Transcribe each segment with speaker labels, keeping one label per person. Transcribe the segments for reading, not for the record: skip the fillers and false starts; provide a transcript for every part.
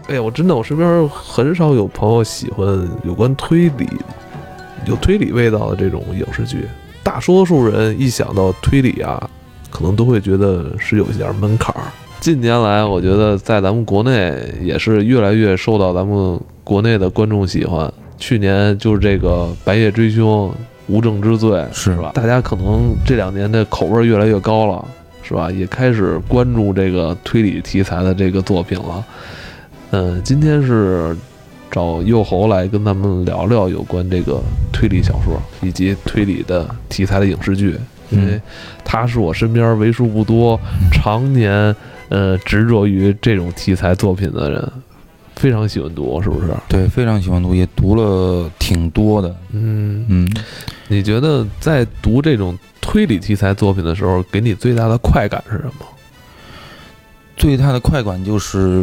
Speaker 1: 哎呀，我身边很少有朋友喜欢有关推理、有推理味道的这种影视剧。大多数人一想到推理啊，可能都会觉得是有一点门槛儿。近年来，我觉得在咱们国内也是越来越受到咱们国内的观众喜欢。去年就是这个《白夜追凶》《无证之罪》是吧？大家可能这2年的口味越来越高了，是吧？也开始关注这个推理题材的这个作品了。今天是找右侯来跟咱们聊聊有关这个推理小说以及推理的题材的影视剧，因为他是我身边为数不多常年执着于这种题材作品的人，非常喜欢读，是不是？
Speaker 2: 对，非常喜欢读，也读了挺多的。
Speaker 1: 你觉得在读这种推理题材作品的时候，给你最大的快感是什么？
Speaker 2: 最大的快感就是，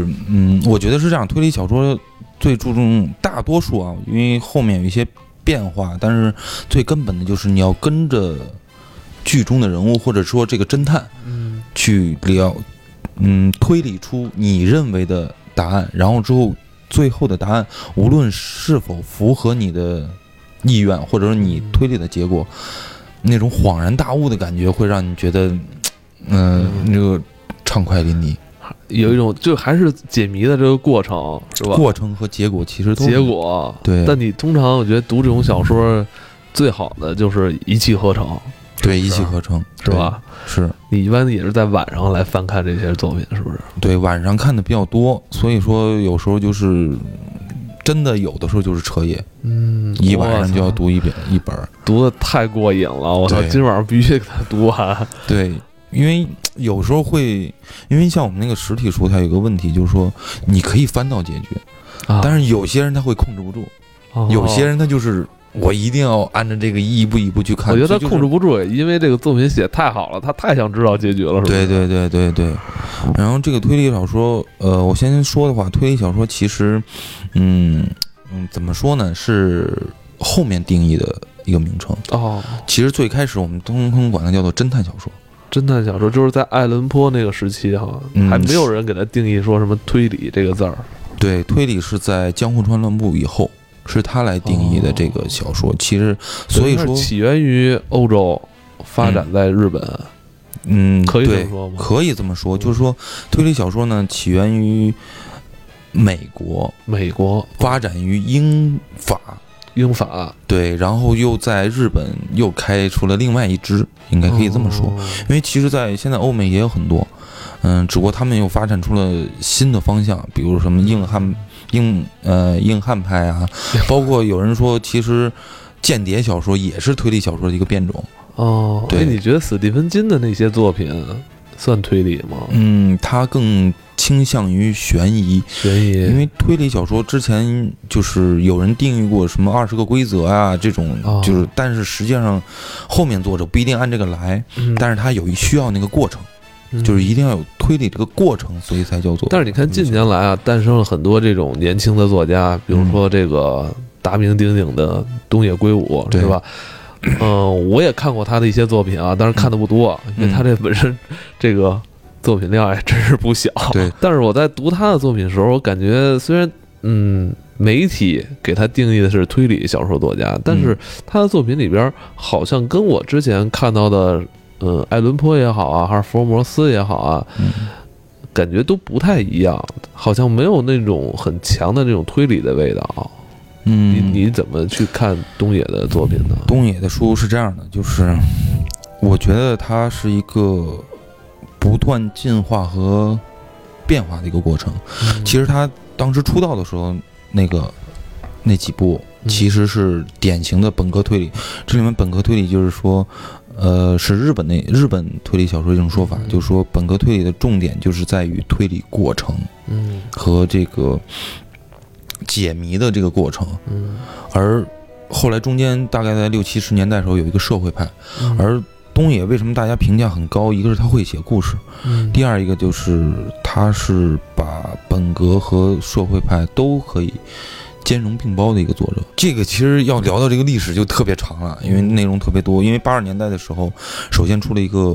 Speaker 2: 我觉得是这样，推理小说最注重大多数啊，因为后面有一些变化，但是最根本的就是你要跟着剧中的人物或者说这个侦探，去推理出你认为的答案，然后之后最后的答案无论是否符合你的意愿或者说你推理的结果，那种恍然大悟的感觉会让你觉得那个畅快淋漓，
Speaker 1: 有一种就还是解谜的这个过程，是吧？
Speaker 2: 过程和结果其实都
Speaker 1: 结果
Speaker 2: 对，
Speaker 1: 但你通常我觉得读这种小说最好的就是一气呵成，
Speaker 2: 对，一气呵成，
Speaker 1: 是吧？
Speaker 2: 是
Speaker 1: 你一般也是在晚上来翻看这些作品，是不是？
Speaker 2: 对，晚上看的比较多，所以说有时候就是真的有的时候就是彻夜，一晚上就要读一本，
Speaker 1: 读的太过瘾了，我操！今晚上必须给它读完。
Speaker 2: 对，因为有时候会，因为像我们那个实体书，它有个问题，就是说你可以翻到结局，但是有些人他会控制不住，有些人他就是我一定要按照这个一步一步去看。
Speaker 1: 我觉得他控制不住，因为这个作品写太好了，他太想知道结局了，是吧？
Speaker 2: 对。然后这个推理小说，我先说的话，推理小说其实，怎么说呢？是后面定义的一个名称哦。其实最开始我们通管它叫做侦探小说。
Speaker 1: 侦探小说就是在爱伦坡那个时期哈，还没有人给它定义说什么推理这个字儿。
Speaker 2: 对，推理是在江户川乱步以后，是他来定义的这个小说。其实，所以说
Speaker 1: 起源于欧洲，发展在日本。可以这么说吗？
Speaker 2: 可以这么说，就是说推理小说呢起源于美国发展于英法，对，然后又在日本又开出了另外一支，应该可以这么说。因为其实在现在欧美也有很多，只不过他们又发展出了新的方向，比如什么硬汉派啊，包括有人说其实间谍小说也是推理小说的一个变种。对，
Speaker 1: 你觉得史蒂芬金的那些作品算推理吗？
Speaker 2: 他更倾向于悬疑，因为推理小说之前就是有人定义过什么20个规则啊这种，就是但是实际上后面作者不一定按这个来，但是他需要那个过程，就是一定要有推理这个过程，所以才叫做。
Speaker 1: 但是你看近年来啊，诞生了很多这种年轻的作家，比如说这个大名鼎鼎的东野圭吾，是吧？我也看过他的一些作品啊，但是看的不多，因为他这本身这个作品量也真是不小。
Speaker 2: 对，
Speaker 1: 但是我在读他的作品的时候，我感觉虽然媒体给他定义的是推理小说作家，但是他的作品里边好像跟我之前看到的爱伦坡也好啊，还是福尔摩斯也好啊，感觉都不太一样，好像没有那种很强的那种推理的味道。你怎么去看东野的作品呢？
Speaker 2: 东野的书是这样的，就是我觉得它是一个不断进化和变化的一个过程。其实他当时出道的时候，那几部其实是典型的本格推理。这里面本格推理就是说，是日本推理小说一种说法，就是说本格推理的重点就是在于推理过程，和这个解谜的这个过程，而后来中间大概在60、70年代的时候有一个社会派，而东野为什么大家评价很高？一个是他会写故事，第二一个就是他是把本格和社会派都可以兼容并包的一个作者。这个其实要聊到这个历史就特别长了，因为内容特别多。因为82年代的时候，首先出了一个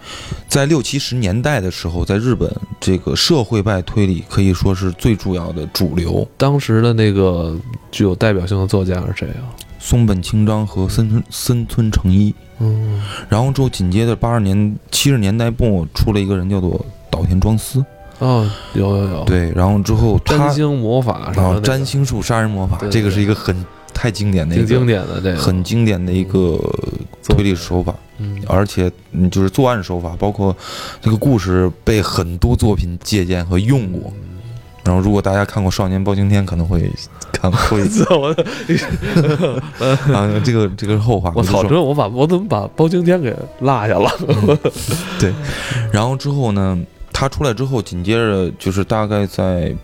Speaker 2: 在60、70年代的时候，在日本这个社会派推理可以说是最主要的主流。
Speaker 1: 当时的那个具有代表性的作家是谁啊？
Speaker 2: 松本清张和森村诚一。然后之后紧接着70年代末出了一个人叫做岛田庄司。
Speaker 1: 有。
Speaker 2: 对，然后之后
Speaker 1: 占星魔法什么的，
Speaker 2: 占星术杀人魔法，这个是一个太经典的一个
Speaker 1: 经典的这个
Speaker 2: 很经典的一个推理手法。而且就是作案手法，包括这个故事被很多作品借鉴和用过。然后如果大家看过《少年包青天》，可能会看过一次。这个是后话。
Speaker 1: 我操！我怎么把包青天给落下了？
Speaker 2: 对。然后之后呢，他出来之后，紧接着就是大概在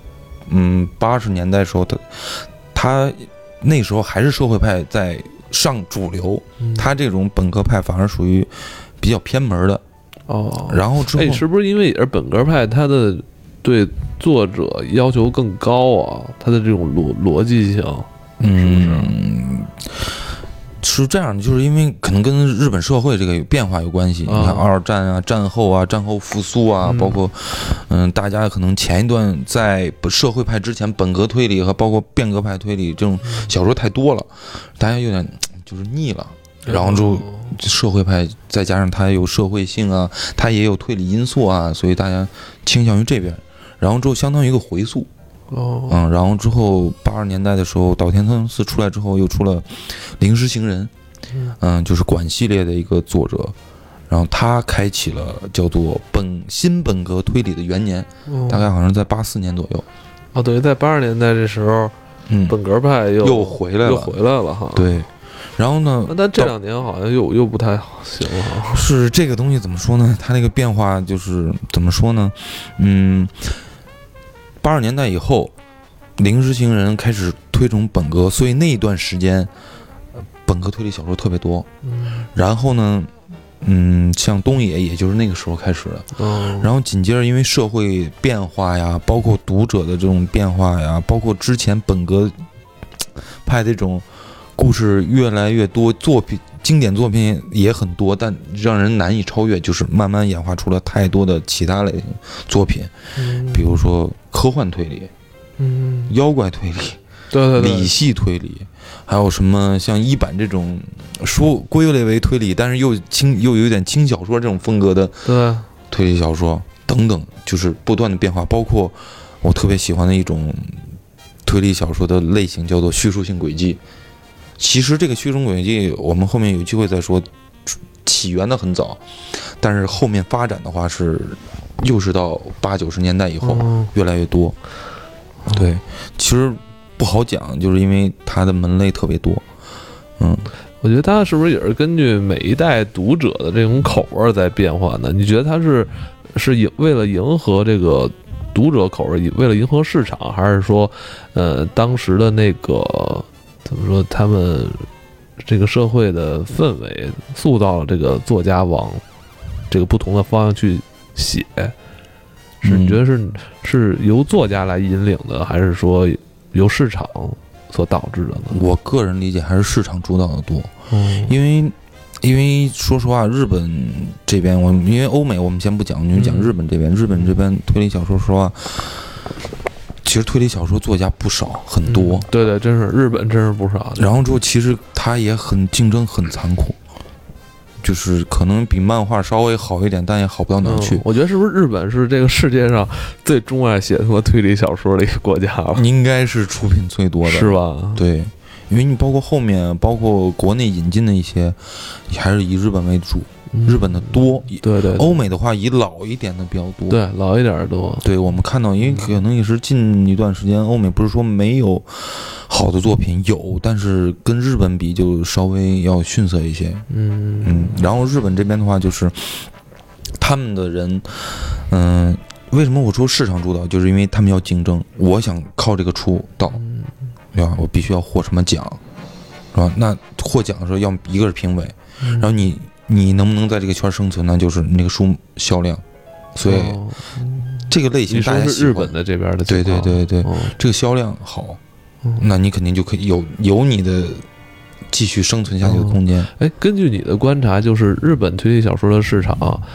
Speaker 2: 80年代的时候，他那时候还是社会派在上主流，他这种本格派反而属于比较偏门的。然后之后
Speaker 1: 是不是因为也是本格派，他的对作者要求更高啊？他的这种逻辑性，是不是？
Speaker 2: 是这样的，就是因为可能跟日本社会这个变化有关系。你看二战啊、战后啊、战后复苏啊，包括大家可能前一段在社会派之前，本格推理和包括变革派推理这种小说太多了，大家有点就是腻了。然后就社会派再加上它有社会性啊，它也有推理因素啊，所以大家倾向于这边。然后之后相当于一个回溯。然后之后80年代的时候，岛田庄司出来之后，又出了《灵石行人》，就是管系列的一个作者，然后他开启了叫做新本格推理的元年，大概好像在84年左右。
Speaker 1: 等于在80年代这时候，本格派又
Speaker 2: 回来了
Speaker 1: 哈。
Speaker 2: 对，然后呢？
Speaker 1: 但这2年好像又不太行了。
Speaker 2: 是这个东西怎么说呢？它那个变化就是怎么说呢？80年代以后，灵石行人开始推崇本格，所以那一段时间，本格推理小说特别多。然后呢，像东野，也就是那个时候开始的。然后紧接着，因为社会变化呀，包括读者的这种变化呀，包括之前本格派这种故事越来越多，经典作品也很多，但让人难以超越，就是慢慢演化出了太多的其他类型作品，比如说科幻推理，妖怪推理，
Speaker 1: 对，
Speaker 2: 理系推理，还有什么像一版这种归类为推理，但是又有点轻小说这种风格的推理小说等等，就是不断的变化。包括我特别喜欢的一种推理小说的类型叫做叙述性轨迹。其实这个叙述轨迹我们后面有机会再说，起源的很早，但是后面发展的话又是到80、90年代以后越来越多。对，其实不好讲，就是因为它的门类特别多。
Speaker 1: 我觉得它是不是也是根据每一代读者的这种口味在变化呢？你觉得它是为了迎合这个读者口味，为了迎合市场，还是说当时的那个怎么说，他们这个社会的氛围塑造了这个作家往这个不同的方向去写？你觉得是由作家来引领的，还是说由市场所导致的呢？我
Speaker 2: 个人理解还是市场主导的多。因为说实话，日本这边因为欧美我们先不讲，你们讲日本这边，日本这边推理小说，说实话，其实推理小说作家不少，很多。
Speaker 1: 对，真是日本真是不少。
Speaker 2: 然后之后，其实它也很竞争，很残酷，就是可能比漫画稍微好一点，但也好不到哪去。
Speaker 1: 我觉得是不是日本是这个世界上最钟爱写推理小说的一个国家了？
Speaker 2: 应该是出品最多的，
Speaker 1: 是吧？
Speaker 2: 对。因为你包括后面，包括国内引进的一些，还是以日本为主，日本的多。
Speaker 1: 对，
Speaker 2: 欧美的话以老一点的比较多。
Speaker 1: 对，老一点的多。
Speaker 2: 对，我们看到，因为可能也是近一段时间，欧美不是说没有好的作品，有，但是跟日本比就稍微要逊色一些。然后日本这边的话，就是他们的人，为什么我说市场主导，就是因为他们要竞争，我想靠这个出道。对吧？我必须要获什么奖，是吧？那获奖的时候，要一个是评委，然后你能不能在这个圈生存呢？就是你那个书销量。所以这个类型大家喜欢。
Speaker 1: 你说是日本的这边的情况。
Speaker 2: 对，这个销量好，那你肯定就可以有你的继续生存下去的空间。
Speaker 1: 根据你的观察，就是日本推理小说的市场，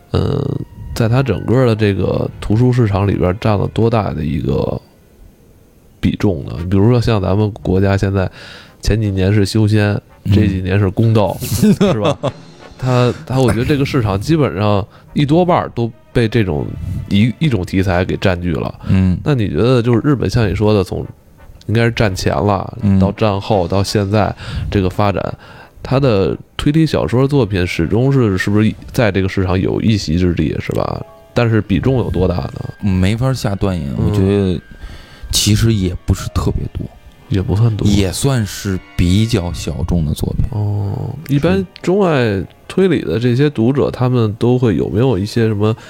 Speaker 1: 在它整个的这个图书市场里边占了多大的一个比重呢？比如说像咱们国家现在前几年是修仙，这几年是公道，是吧？它，我觉得这个市场基本上一多半都被这种一种题材给占据了。那你觉得就是日本像你说的，从应该是战前了，到战后到现在这个发展，它的推理小说作品始终是不是在这个市场有一席之地，是吧？但是比重有多大呢？
Speaker 2: 没法下断言。我觉得其实也不是特别多，
Speaker 1: 也不算多，也
Speaker 2: 算是比较小众的作品。
Speaker 1: 一般钟爱推理的这些读者，他们都会有没有一些什么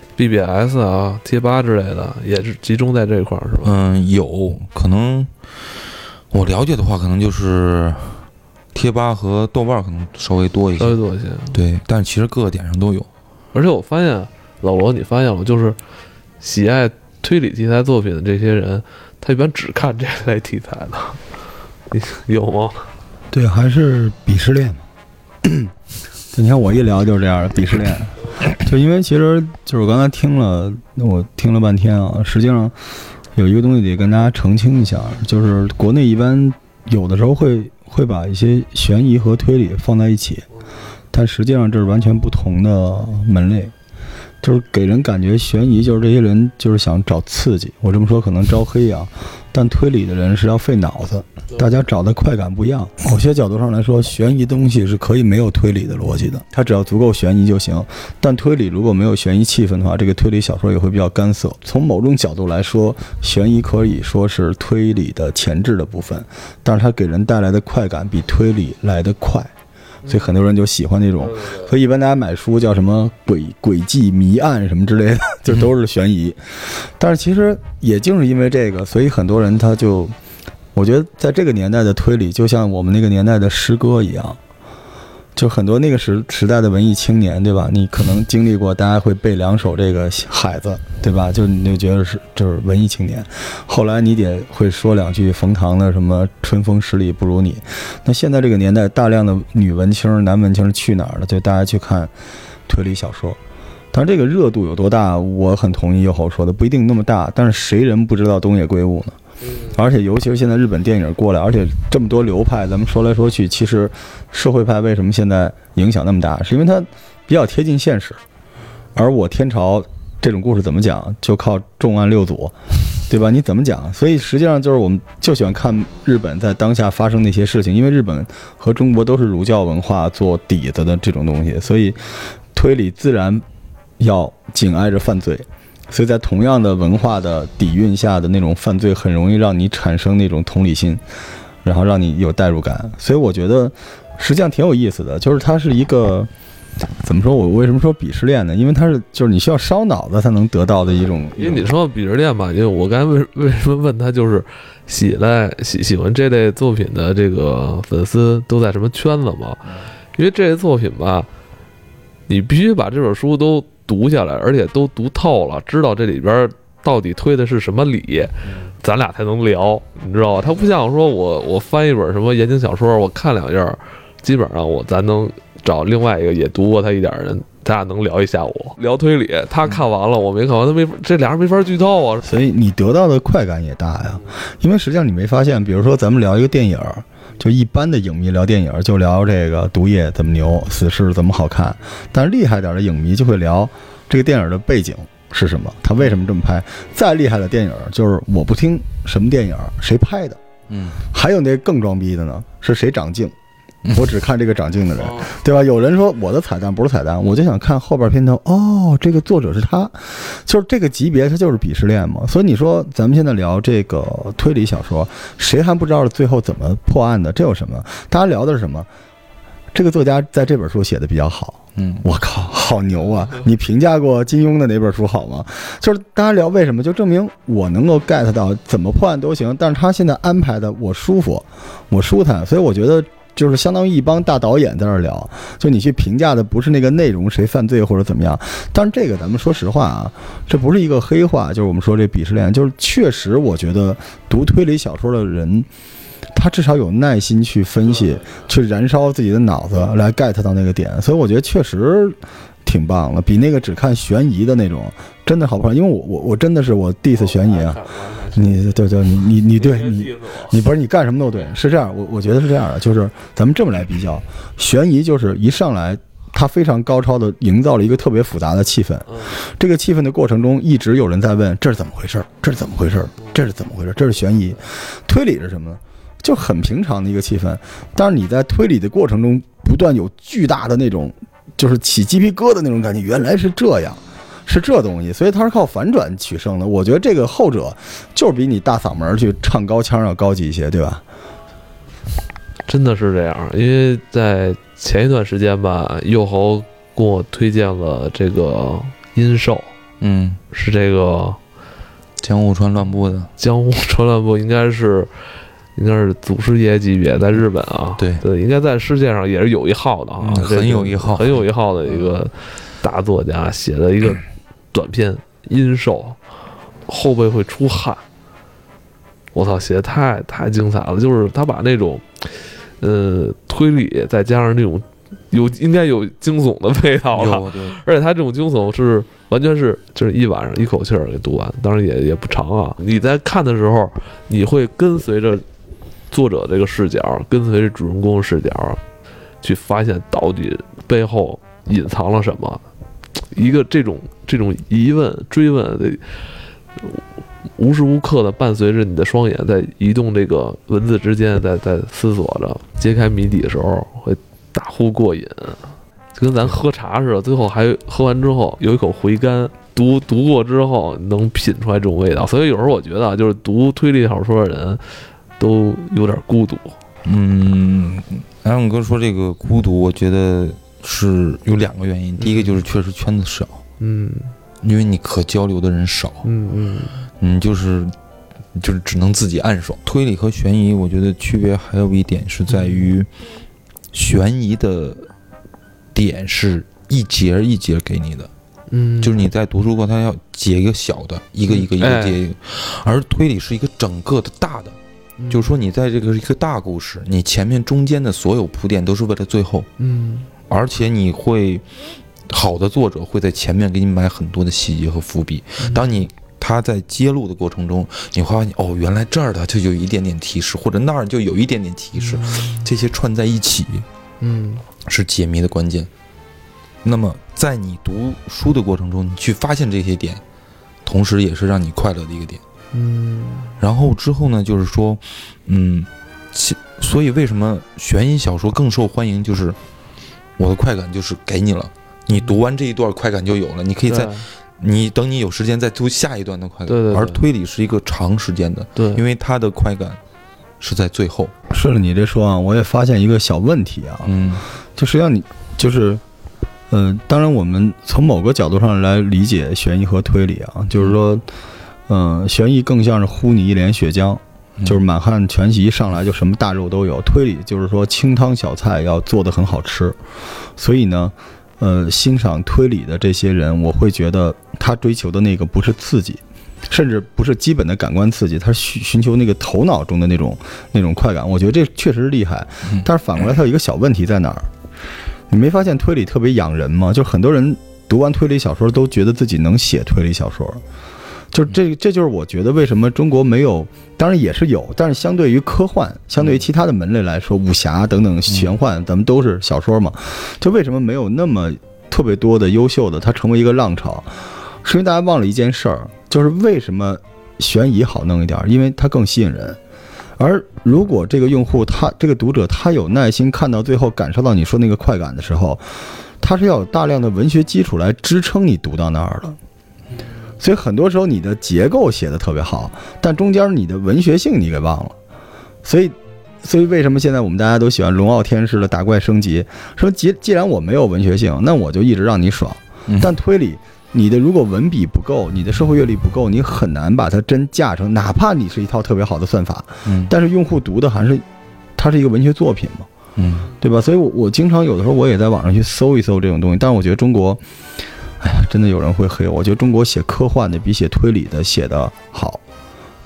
Speaker 1: BBS 啊、贴吧之类的，也是集中在这块儿，是吧？
Speaker 2: 有可能我了解的话，可能就是贴吧和豆瓣可能稍微多一些，对，但是其实各个点上都有。
Speaker 1: 而且我发现老罗，你发现了，就是喜爱推理题材作品的这些人，他一般只看这类题材的，你有吗？
Speaker 3: 对，还是鄙视链嘛。你看我一聊就是这样的鄙视链，就因为其实就是我刚才听了半天啊，实际上有一个东西得跟大家澄清一下，就是国内一般有的时候会把一些悬疑和推理放在一起，但实际上这是完全不同的门类。就是给人感觉悬疑就是这些人就是想找刺激，我这么说可能招黑啊，但推理的人是要费脑子，大家找的快感不一样。某些角度上来说，悬疑东西是可以没有推理的逻辑的，它只要足够悬疑就行。但推理如果没有悬疑气氛的话，这个推理小说也会比较干涩。从某种角度来说，悬疑可以说是推理的前置的部分，但是它给人带来的快感比推理来得快。所以很多人就喜欢那种，所以一般大家买书叫什么诡计谜案什么之类的，就都是悬疑。但是其实也正是因为这个，所以很多人他就，我觉得在这个年代的推理，就像我们那个年代的诗歌一样，就很多那个时代的文艺青年，对吧？你可能经历过，大家会背2首这个海子，对吧？就你就觉得就是文艺青年。后来你得会说2句冯唐的什么春风十里不如你。那现在这个年代，大量的女文青、男文青去哪儿了？就大家去看推理小说。当然这个热度有多大，我很同意右后说的，不一定那么大。但是谁人不知道东野圭吾呢？而且尤其是现在日本电影过来，而且这么多流派，咱们说来说去，其实社会派为什么现在影响那么大，是因为它比较贴近现实。而我天朝这种故事怎么讲，就靠重案6组，对吧？你怎么讲？所以实际上就是我们就喜欢看日本在当下发生那些事情，因为日本和中国都是儒教文化做底子的这种东西，所以推理自然要紧挨着犯罪。所以在同样的文化的底蕴下的那种犯罪，很容易让你产生那种同理心，然后让你有代入感。所以我觉得实际上挺有意思的，就是它是一个怎么说？我为什么说鄙视链呢？因为它是就是你需要烧脑子才能得到的一种。
Speaker 1: 因为你说鄙视链吧，因为我刚才为什么问他，就是喜欢这类作品的这个粉丝都在什么圈子嘛？因为这类作品吧，你必须把这本书都读下来，而且都读透了，知道这里边到底推的是什么理，咱俩才能聊，你知道吧？他不像说我翻一本什么言情小说，我看2页，基本上咱能找另外一个也读过他一点人，咱俩能聊一下午。聊推理，他看完了，我没看完，这俩人没法剧透啊。
Speaker 3: 所以你得到的快感也大呀，因为实际上你没发现，比如说咱们聊一个电影，就一般的影迷聊电影就聊这个毒液怎么牛，死侍怎么好看，但是厉害点的影迷就会聊这个电影的背景是什么，他为什么这么拍。再厉害的电影就是我不听什么电影谁拍的，还有那更装逼的呢，是谁长镜，我只看这个长镜的人，对吧？有人说我的彩蛋不是彩蛋，我就想看后边片头，哦，这个作者是他，就是这个级别，它就是鄙视链嘛。所以你说咱们现在聊这个推理小说，谁还不知道最后怎么破案的？这有什么？大家聊的是什么？这个作家在这本书写的比较好，我靠，好牛啊！你评价过金庸的哪本书好吗？就是大家聊为什么，就证明我能够 get 到怎么破案都行，但是他现在安排的我舒服，我舒坦，所以我觉得就是相当于一帮大导演在那聊，就你去评价的不是那个内容谁犯罪或者怎么样，但是这个咱们说实话啊，这不是一个黑话，就是我们说这鄙视链，就是确实我觉得读推理小说的人他至少有耐心去分析，去燃烧自己的脑子来 get 到那个点，所以我觉得确实挺棒了，比那个只看悬疑的那种真的好不好？因为我真的是我diss悬疑啊，你对你对你不是你干什么都对，是这样，我觉得是这样的，就是咱们这么来比较，悬疑就是一上来它非常高超的营造了一个特别复杂的气氛，这个气氛的过程中一直有人在问这是怎么回事，这是怎么回事，这是怎么回事，这是悬疑。推理是什么呢？就很平常的一个气氛，但是你在推理的过程中不断有巨大的那种就是起鸡皮疙瘩那种感觉，原来是这样，是这东西，所以它是靠反转取胜的。我觉得这个后者就是比你大嗓门去唱高腔要高级一些，对吧？
Speaker 1: 真的是这样，因为在前一段时间吧，右侯跟我推荐了这个阴兽，是这个
Speaker 2: 江户川乱步的，
Speaker 1: 江户川乱步应该是祖师爷级别，在日本啊，对，应该在世界上也是有一号的啊，
Speaker 2: 很有一号
Speaker 1: 的一个大作家写的一个短篇《阴兽》，后背会出汗，我操，写的太精彩了，就是他把那种推理再加上那种应该有惊悚的味道了，而且他这种惊悚是完全是就是一晚上一口气儿给读完，当然也不长啊。你在看的时候，你会跟随着作者这个视角，跟随着主人公视角，去发现到底背后隐藏了什么，一个这种疑问追问无时无刻的伴随着你的双眼在移动，这个文字之间在思索着，揭开谜底的时候会大呼过瘾，就跟咱喝茶似的，最后还喝完之后有一口回甘，读过之后能品出来这种味道。所以有时候我觉得就是读推理小说的人都有点孤独。
Speaker 2: 南勇哥说这个孤独，我觉得是有2个原因，第一个就是确实圈子少，因为你可交流的人少，你就是只能自己暗爽。推理和悬疑，我觉得区别还有一点是在于，悬疑的点是一节一节给你的，就是你在读书过，它要解一个小的，一个解一个，而推理是一个整个的大的，就是说你在这个一个大故事，你前面中间的所有铺垫都是为了最后，而且你会好的作者会在前面给你埋很多的细节和伏笔，当他在揭露的过程中，你会发现哦，原来这儿的就有一点点提示，或者那儿就有一点点提示，这些串在一起，是解谜的关键。那么在你读书的过程中，你去发现这些点，同时也是让你快乐的一个点。然后之后呢，就是说，所以为什么悬疑小说更受欢迎？就是我的快感就是给你了，你读完这一段快感就有了，你可以等你有时间再读下一段的快感。对，而推理是一个长时间的，对，因为它的快感是在最后。
Speaker 3: 顺着你这说啊，我也发现一个小问题啊，就实际上你就是，当然我们从某个角度上来理解悬疑和推理啊，就是说，悬疑更像是呼你一脸血浆，就是满汉全席上来就什么大肉都有，推理就是说清汤小菜要做得很好吃，所以呢。欣赏推理的这些人，我会觉得他追求的那个不是刺激，甚至不是基本的感官刺激，他寻求那个头脑中的那种快感。我觉得这确实是厉害，但是反过来他有一个小问题在哪儿？你没发现推理特别养人吗？就很多人读完推理小说都觉得自己能写推理小说，就这就是我觉得为什么中国没有，当然也是有，但是相对于科幻，相对于其他的门类来说，武侠等等玄幻，咱们都是小说嘛，就为什么没有那么特别多的优秀的，它成为一个浪潮，是因为大家忘了一件事儿，就是为什么悬疑好弄一点，因为它更吸引人。而如果这个用户这个读者他有耐心看到最后，感受到你说那个快感的时候，他是要有大量的文学基础来支撑你读到那儿的。所以很多时候你的结构写得特别好，但中间你的文学性你给忘了。所以为什么现在我们大家都喜欢龙傲天式的打怪升级，说既然我没有文学性，那我就一直让你爽。但推理你的如果文笔不够，你的社会阅历不够，你很难把它真架成，哪怕你是一套特别好的算法，但是用户读的还是它是一个文学作品嘛，对吧？所以我经常有的时候我也在网上去搜一搜这种东西，但是我觉得中国真的有人会黑我，觉得中国写科幻的比写推理的写的好，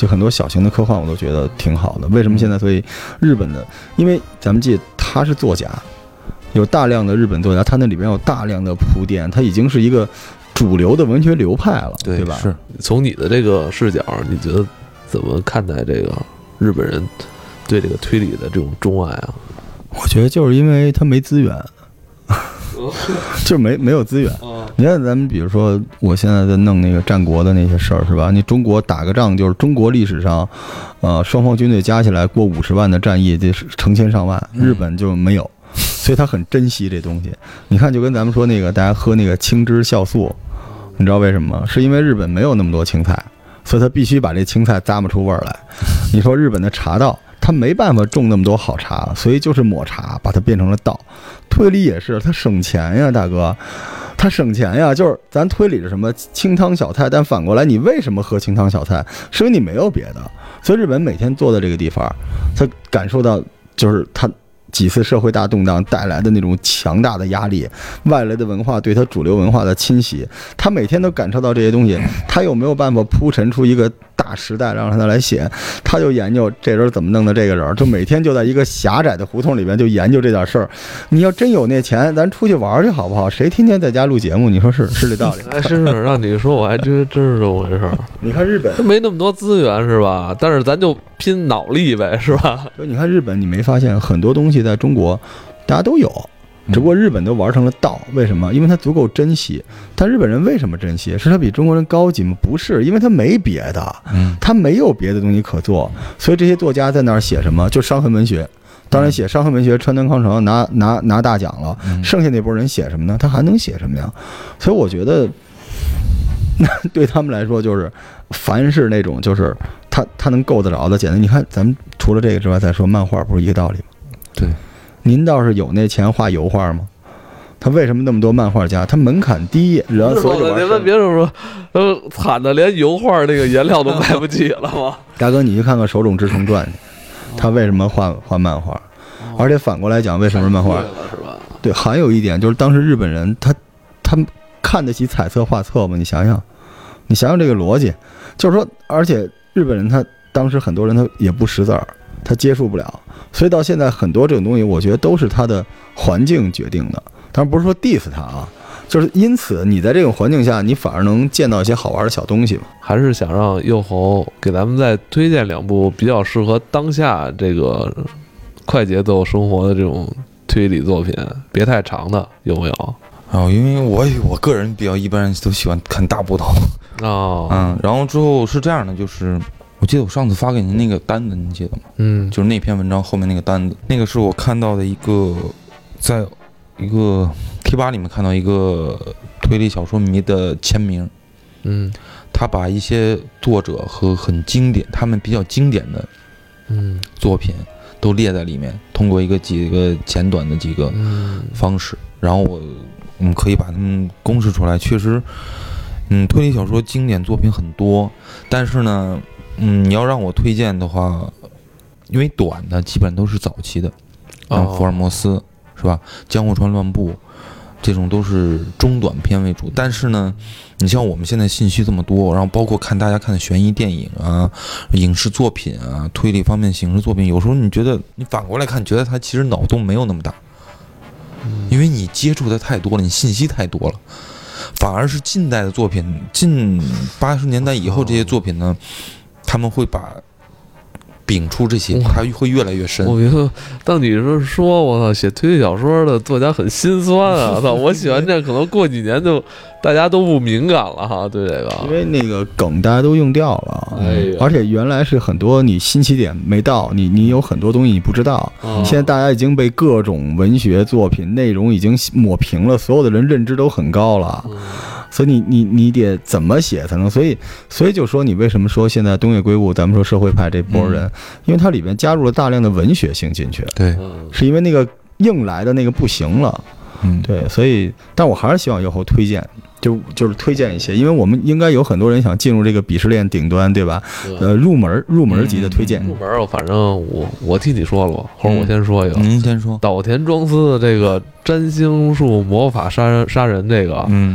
Speaker 3: 就很多小型的科幻我都觉得挺好的。为什么现在所以日本的，因为咱们记得他是作家，有大量的日本作家，他那里边有大量的铺垫，他已经是一个主流的文学流派了，对吧？
Speaker 2: 是
Speaker 1: 从你的这个视角，你觉得怎么看待这个日本人对这个推理的这种钟爱啊？
Speaker 3: 我觉得就是因为他没资源，就是没有资源。你看咱们比如说，我现在在弄那个战国的那些事儿，是吧？你中国打个仗，就是中国历史上，双方军队加起来过50万的战役，这是成千上万，日本就没有。所以他很珍惜这东西。你看，就跟咱们说那个，大家喝那个青汁酵素，你知道为什么吗？是因为日本没有那么多青菜，所以他必须把这青菜咂摸出味儿来。你说日本的茶道，他没办法种那么多好茶，所以就是抹茶把它变成了道。推理也是，他省钱呀，大哥，他省钱呀。就是咱推理是什么清汤小菜，但反过来，你为什么喝清汤小菜？是因为你没有别的。所以日本每天坐在这个地方，他感受到就是他几次社会大动荡带来的那种强大的压力，外来的文化对他主流文化的侵袭，他每天都感受到这些东西，他有没有办法铺陈出一个大时代让他来写？他就研究这人怎么弄的，这个人就每天就在一个狭窄的胡同里边就研究这点事儿。你要真有那钱，咱出去玩去好不好？谁天天在家录节目？你说是这道理？
Speaker 1: 哎，是让你说，我还真是这么回事儿。
Speaker 3: 你看日本，
Speaker 1: 他没那么多资源是吧？但是咱就拼脑力呗，是吧？
Speaker 3: 就你看日本，你没发现很多东西在中国大家都有，只不过日本都玩成了道。为什么？因为他足够珍惜。但日本人为什么珍惜？是他比中国人高级吗？不是，因为他没别的，他没有别的东西可做。所以这些作家在那儿写什么？就伤痕文学。当然写伤痕文学，川端康成拿大奖了。剩下那波人写什么呢？他还能写什么呀？所以我觉得，那对他们来说，就是凡是那种就是他能够得着的简单。你看，咱们除了这个之外，再说漫画，不是一个道理吗？
Speaker 2: 对。
Speaker 3: 您倒是有那钱画油画吗？他为什么那么多漫画家？他门槛低，然后所以就
Speaker 1: 你们别说，惨的连油画那个颜料都买不起了吗？
Speaker 3: 大哥，你去看看手冢治虫传去，他为什么画漫画？而且反过来讲，为什么漫画？
Speaker 1: 是吧？
Speaker 3: 对，还有一点就是，当时日本人他看得起彩色画册吗？你想想这个逻辑，就是说，而且日本人他当时很多人他也不识字儿，他接触不了。所以到现在很多这种东西，我觉得都是他的环境决定的。当然不是说 diss 他啊，就是因此你在这种环境下，你反而能见到一些好玩的小东西嘛。
Speaker 1: 还是想让右侯给咱们再推荐2部比较适合当下这个快节奏生活的这种推理作品，别太长的，有没有？
Speaker 2: 因为我个人比较一般人都喜欢看大部头然后之后是这样的，就是我记得我上次发给您那个单子，你记得吗？就是那篇文章后面那个单子，那个是我看到的一个，在一个贴吧里面看到一个推理小说迷的签名。他把一些作者和很经典，他们比较经典的作品都列在里面，通过几个简短的几个方式，然后我们可以把它们公示出来。确实，推理小说经典作品很多，但是呢，你要让我推荐的话，因为短的基本都是早期的，福尔摩斯是吧？江户川乱步这种都是中短篇为主。但是呢，你像我们现在信息这么多，然后包括大家看的悬疑电影啊、影视作品啊、推理方面影视作品，有时候你觉得你反过来看，觉得它其实脑洞没有那么大，因为你接触的太多了，你信息太多了。反而是近代的作品，近80年代以后这些作品呢，他们会把摒出这些，它会越来越深。
Speaker 1: 我觉得，当你是说我操，写推理小说的作家很心酸啊！操，我喜欢这，可能过几年就大家都不敏感了哈，对这个，
Speaker 3: 因为那个梗大家都用掉了，而且原来是很多你新起点没到，你有很多东西你不知道，现在大家已经被各种文学作品内容已经抹平了，所有的人认知都很高了。所以你得怎么写才能？所以就说你为什么说现在东野圭吾，咱们说社会派这波人，因为它里面加入了大量的文学性进去。
Speaker 2: 对，
Speaker 3: 是因为那个硬来的那个不行了。对，所以，但我还是希望以后推荐，就是推荐一些，因为我们应该有很多人想进入这个鄙视链顶端，对吧？入门级的推荐。
Speaker 1: 入门，反正我替你说了吧，或者我先说一个。
Speaker 2: 您先说。
Speaker 1: 岛田庄司的这个占星术魔法杀人这个，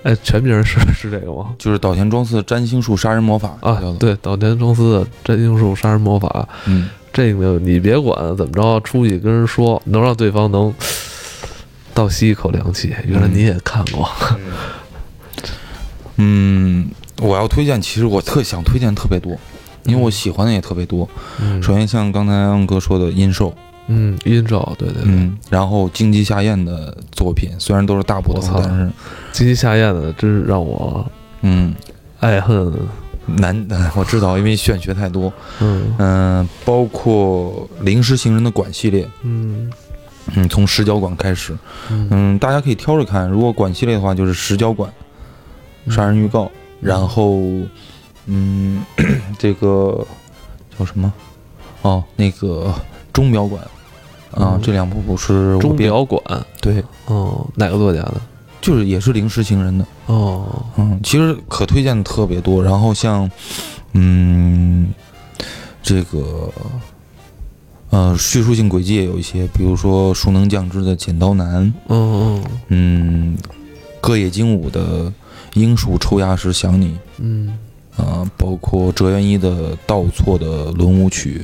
Speaker 1: 哎，全名是这个吗？
Speaker 2: 就是岛田庄司占星术杀人魔法
Speaker 1: 啊，对，岛田庄司的占星术杀人魔法。这个你别管怎么着，出去跟人说，能让对方能倒吸一口凉气。原来你也看过。
Speaker 2: 我要推荐，其实我想推荐特别多，因为我喜欢的也特别多。首先像刚才安哥说的阴兽。
Speaker 1: 阴兽，对。
Speaker 2: 然后荆棘夏彦的作品虽然都是大部头，但是
Speaker 1: 荆棘夏彦的真是让我爱恨
Speaker 2: 难。我知道，因为玄学太多。包括灵石行人的馆系列。从石角馆开始。大家可以挑着看，如果馆系列的话，就是石角馆、杀人预告，然后这个叫什么？哦，那个钟表馆。这两部是
Speaker 1: 钟表馆。
Speaker 2: 对。
Speaker 1: 哪个作家的？
Speaker 2: 就是也是灵石行人的。其实可推荐的特别多。然后像这个叙述性轨迹也有一些，比如说熟能降之的剪刀男。歌野精武的樱树抽芽时想你。包括折原一的道错的轮舞曲。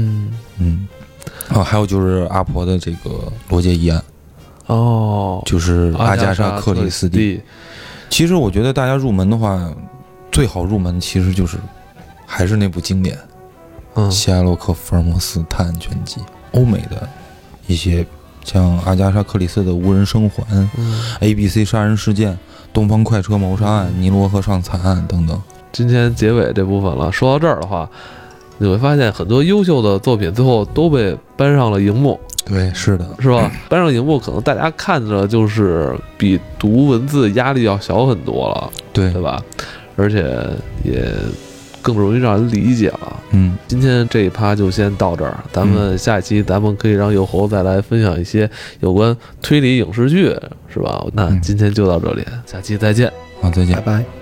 Speaker 2: 还有就是阿婆的这个罗杰疑案。就是阿加莎克里斯蒂。其实我觉得大家入门的话，最好入门其实就是还是那部经典希埃洛克福尔摩斯探案全集。欧美的一些像阿加莎克里斯的无人生还、ABC 杀人事件、东方快车谋杀案、尼罗河上惨案等等。
Speaker 1: 今天结尾这部分了，说到这儿的话，你会发现很多优秀的作品最后都被搬上了荧幕。
Speaker 2: 对，是的，
Speaker 1: 是吧？搬上荧幕，可能大家看着就是比读文字压力要小很多了，对吧？而且也更容易让人理解了。今天这一趴就先到这儿，咱们下一期咱们可以让右猴再来分享一些有关推理影视剧，是吧？那今天就到这里，下期再见。
Speaker 2: 好，再见，
Speaker 3: 拜拜。